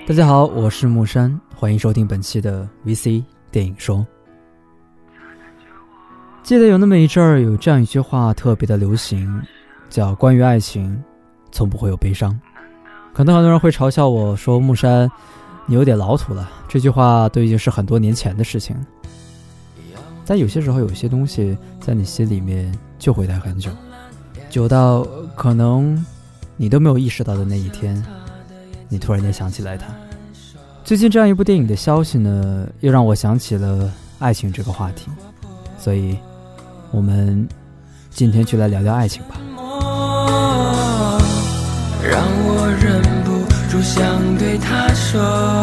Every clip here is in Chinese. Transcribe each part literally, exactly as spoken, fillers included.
大家好，我是木山，欢迎收听本期的 V C 电影说。记得有那么一阵儿，有这样一句话特别的流行，叫关于爱情从不会有悲伤。可能很多人会嘲笑我说，木山你有点老土了，这句话都已经是很多年前的事情了。但有些时候有些东西在你心里面就会待很久，久到可能你都没有意识到的那一天，你突然间想起来它。最近这样一部电影的消息呢，又让我想起了爱情这个话题，所以我们今天就来聊聊爱情吧。让我忍不住想对他说，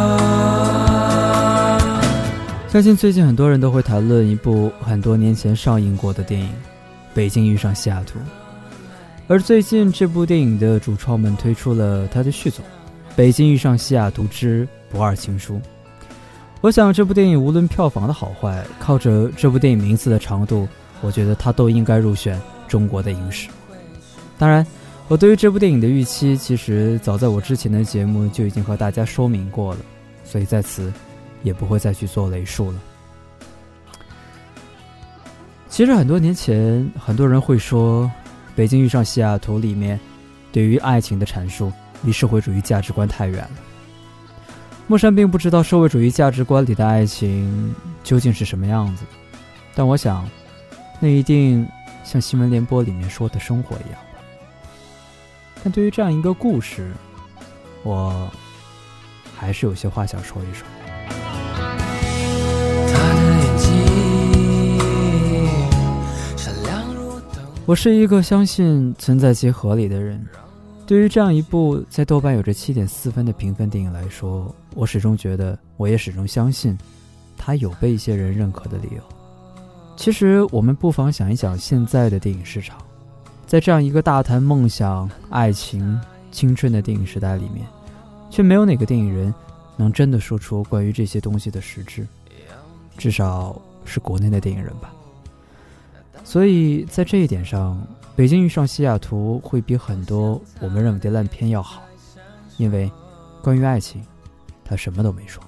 相信最近很多人都会谈论一部很多年前上映过的电影《北京遇上西雅图》，而最近这部电影的主创们推出了它的续作《北京遇上西雅图之不二情书》。我想这部电影无论票房的好坏，靠着这部电影名字的长度，我觉得它都应该入选中国的影史。当然，我对于这部电影的预期，其实早在我之前的节目就已经和大家说明过了，所以在此也不会再去做雷数了。其实很多年前，很多人会说《北京遇上西雅图》里面对于爱情的阐述离社会主义价值观太远了。木山并不知道社会主义价值观里的爱情究竟是什么样子，但我想那一定像新闻联播里面说的生活一样吧。但对于这样一个故事，我还是有些话想说一说。我是一个相信存在即合理的人，对于这样一部在豆瓣有着 七点四 分的评分电影来说，我始终觉得，我也始终相信它有被一些人认可的理由。其实我们不妨想一想现在的电影市场，在这样一个大谈梦想、爱情、青春的电影时代里面，却没有哪个电影人能真的说出关于这些东西的实质，至少是国内的电影人吧。所以在这一点上，北京遇上西雅图会比很多我们认为的烂片要好，因为关于爱情他什么都没说。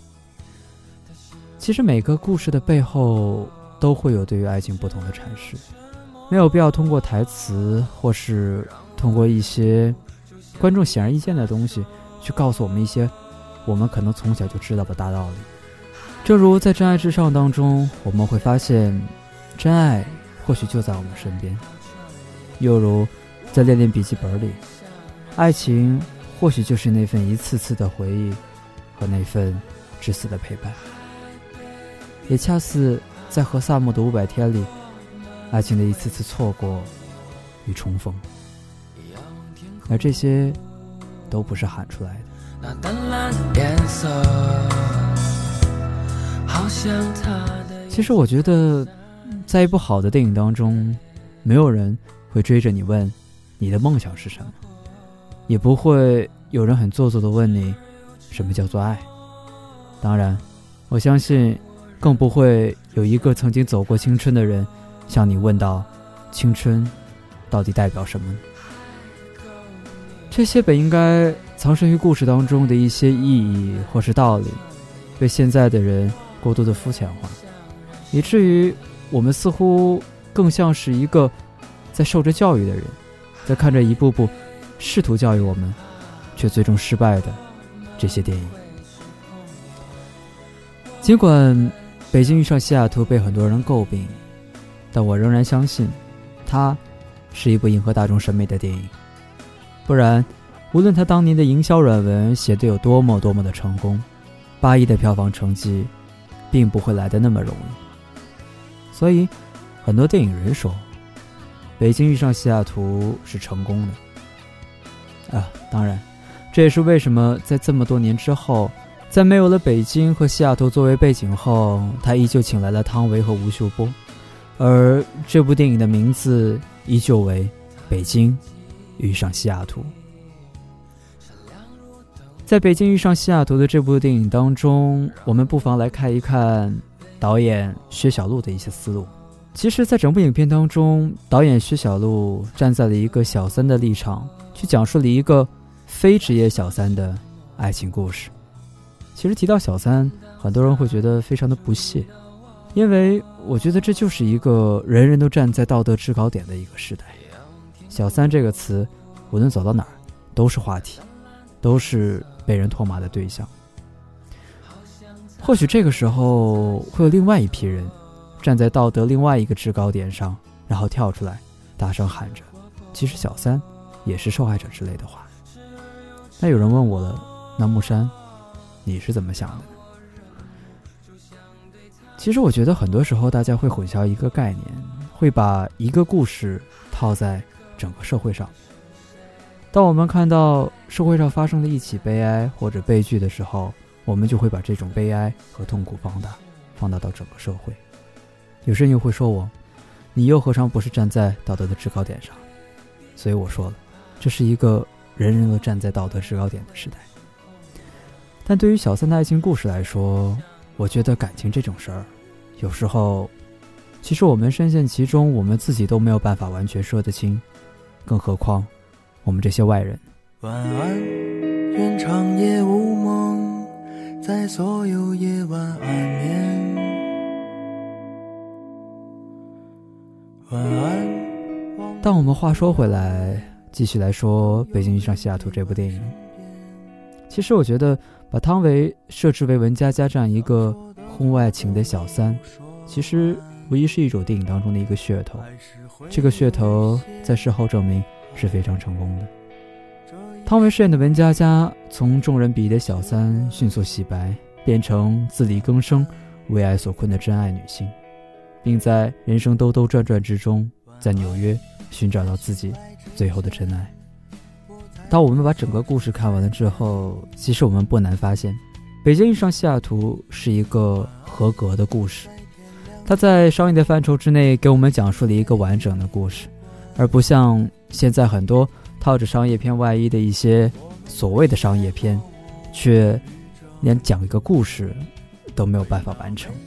其实每个故事的背后都会有对于爱情不同的阐释，没有必要通过台词或是通过一些观众显而易见的东西去告诉我们一些我们可能从小就知道的大道理。正如在真爱至上当中，我们会发现真爱或许就在我们身边，又如在恋恋笔记本里，爱情或许就是那份一次次的回忆和那份至死的陪伴，也恰似在和萨姆的五百天里，爱情的一次次错过与重逢，而这些都不是喊出来的。那淡蓝颜色好像他的，其实我觉得在一部好的电影当中，没有人会追着你问你的梦想是什么，也不会有人很做作地问你什么叫做爱。当然，我相信更不会有一个曾经走过青春的人向你问到青春到底代表什么呢？这些本应该藏身于故事当中的一些意义或是道理，被现在的人过度的肤浅化，以至于我们似乎更像是一个在受着教育的人，在看着一步步试图教育我们却最终失败的这些电影。尽管北京遇上西雅图被很多人诟病，但我仍然相信它是一部迎合大众审美的电影。不然无论它当年的营销软文写得有多么多么的成功，八亿的票房成绩并不会来得那么容易。所以很多电影人说北京遇上西雅图是成功的啊，当然这也是为什么在这么多年之后，在没有了北京和西雅图作为背景后，他依旧请来了汤唯和吴秀波，而这部电影的名字依旧为北京遇上西雅图。在北京遇上西雅图的这部电影当中，我们不妨来看一看导演薛晓路的一些思路。其实在整部影片当中，导演薛晓路站在了一个小三的立场，去讲述了一个非职业小三的爱情故事。 其实提到小三，很多人会觉得非常的不屑，因为我觉得这就是一个人人都站在道德制高点的一个时代。小三这个词无论走到哪儿都是话题，都是被人唾骂的对象。或许这个时候会有另外一批人站在道德另外一个制高点上，然后跳出来大声喊着其实小三也是受害者之类的话。那有人问我了，那木山你是怎么想的呢？其实我觉得很多时候大家会混淆一个概念，会把一个故事套在整个社会上。当我们看到社会上发生的一起悲哀或者悲剧的时候，我们就会把这种悲哀和痛苦放大，放大到整个社会。有些人又会说我，你又何尝不是站在道德的制高点上？所以我说了，这是一个人人都站在道德制高点的时代。但对于小三的爱情故事来说，我觉得感情这种事儿，有时候其实我们深陷其中，我们自己都没有办法完全说得清，更何况我们这些外人。 晚安，愿长夜无梦，在所有夜晚安眠。晚安。 但我们话说回来，继续来说《北京遇上西雅图》这部电影。其实我觉得把汤唯设置为文佳佳这样一个婚外情的小三，其实无疑是一种电影当中的一个噱头。这个噱头在事后证明是非常成功的。汤唯饰演的文佳佳从众人鄙夷的小三迅速洗白，变成自力更生、为爱所困的真爱女性，并在人生兜兜转转之中，在纽约寻找到自己最后的真爱。当我们把整个故事看完了之后，其实我们不难发现，《北京遇上西雅图》是一个合格的故事。它在商业的范畴之内给我们讲述了一个完整的故事，而不像现在很多套着商业片外衣的一些所谓的商业片，却连讲一个故事都没有办法完成。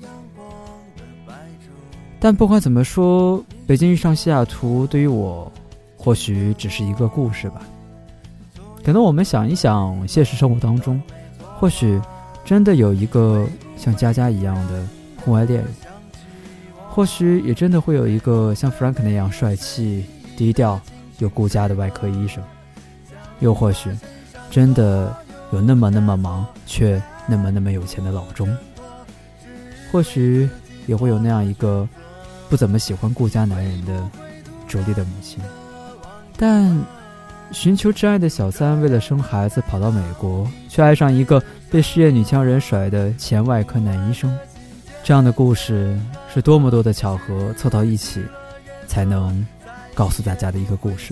但不管怎么说，《北京遇上西雅图》对于我或许只是一个故事吧。可能我们想一想，现实生活当中或许真的有一个像佳佳一样的婚外恋人，或许也真的会有一个像 Frank 那样帅气低调又顾家的外科医生，又或许真的有那么那么忙却那么那么有钱的老钟，或许也会有那样一个不怎么喜欢顾家男人的主力的母亲。但寻求真爱的小三为了生孩子跑到美国，却爱上一个被事业女强人甩的前外科男医生，这样的故事是多么多的巧合凑到一起才能告诉大家的一个故事。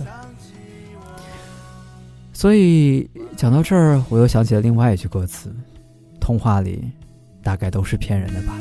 所以讲到这儿，我又想起了另外一句歌词，童话里大概都是骗人的吧。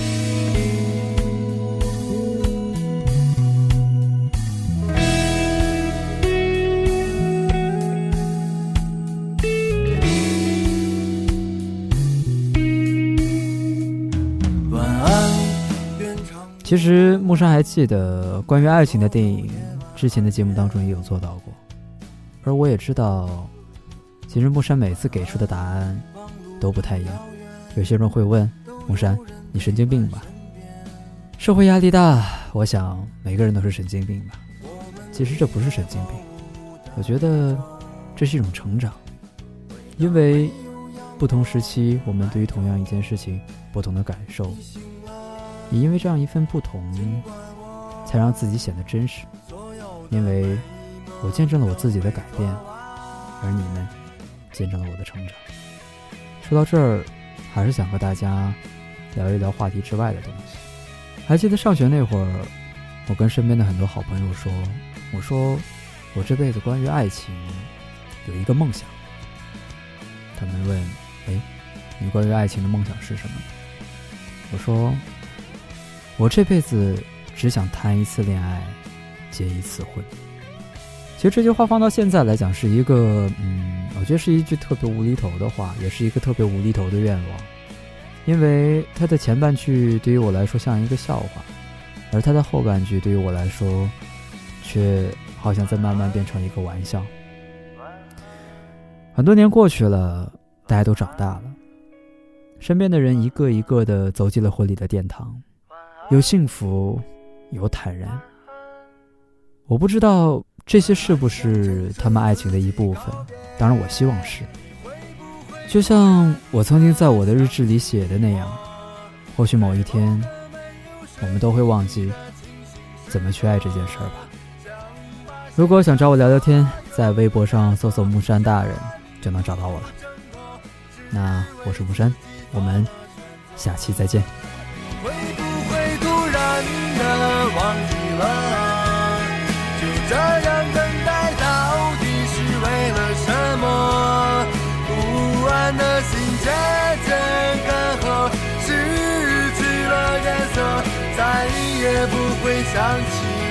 其实木山还记得关于爱情的电影，之前的节目当中也有做到过，而我也知道其实木山每次给出的答案都不太一样。有些人会问木山，你神经病吧？社会压力大，我想每个人都是神经病吧。其实这不是神经病，我觉得这是一种成长，因为不同时期我们对于同样一件事情不同的感受，也因为这样一份不同才让自己显得真实。因为我见证了我自己的改变，而你们见证了我的成长。说到这儿，还是想和大家聊一聊话题之外的东西。还记得上学那会儿，我跟身边的很多好朋友说，我说我这辈子关于爱情有一个梦想。他们问，诶，你关于爱情的梦想是什么？我说我这辈子只想谈一次恋爱，结一次婚。其实这句话放到现在来讲是一个嗯，我觉得是一句特别无厘头的话，也是一个特别无厘头的愿望。因为它的前半句对于我来说像一个笑话，而它的后半句对于我来说却好像在慢慢变成一个玩笑。很多年过去了，大家都长大了， 身边的人一个一个的走进了婚礼的殿堂，有幸福，有坦然。我不知道这些是不是他们爱情的一部分，当然我希望是。就像我曾经在我的日志里写的那样，或许某一天我们都会忘记怎么去爱这件事儿吧。如果想找我聊聊天，在微博上搜索木山大人就能找到我了。那我是木山，我们下期再见。 会不会突然的忘记了，就这样等待到底是为了什么？不安的心渐渐干涸，失去了颜色，再也不会想起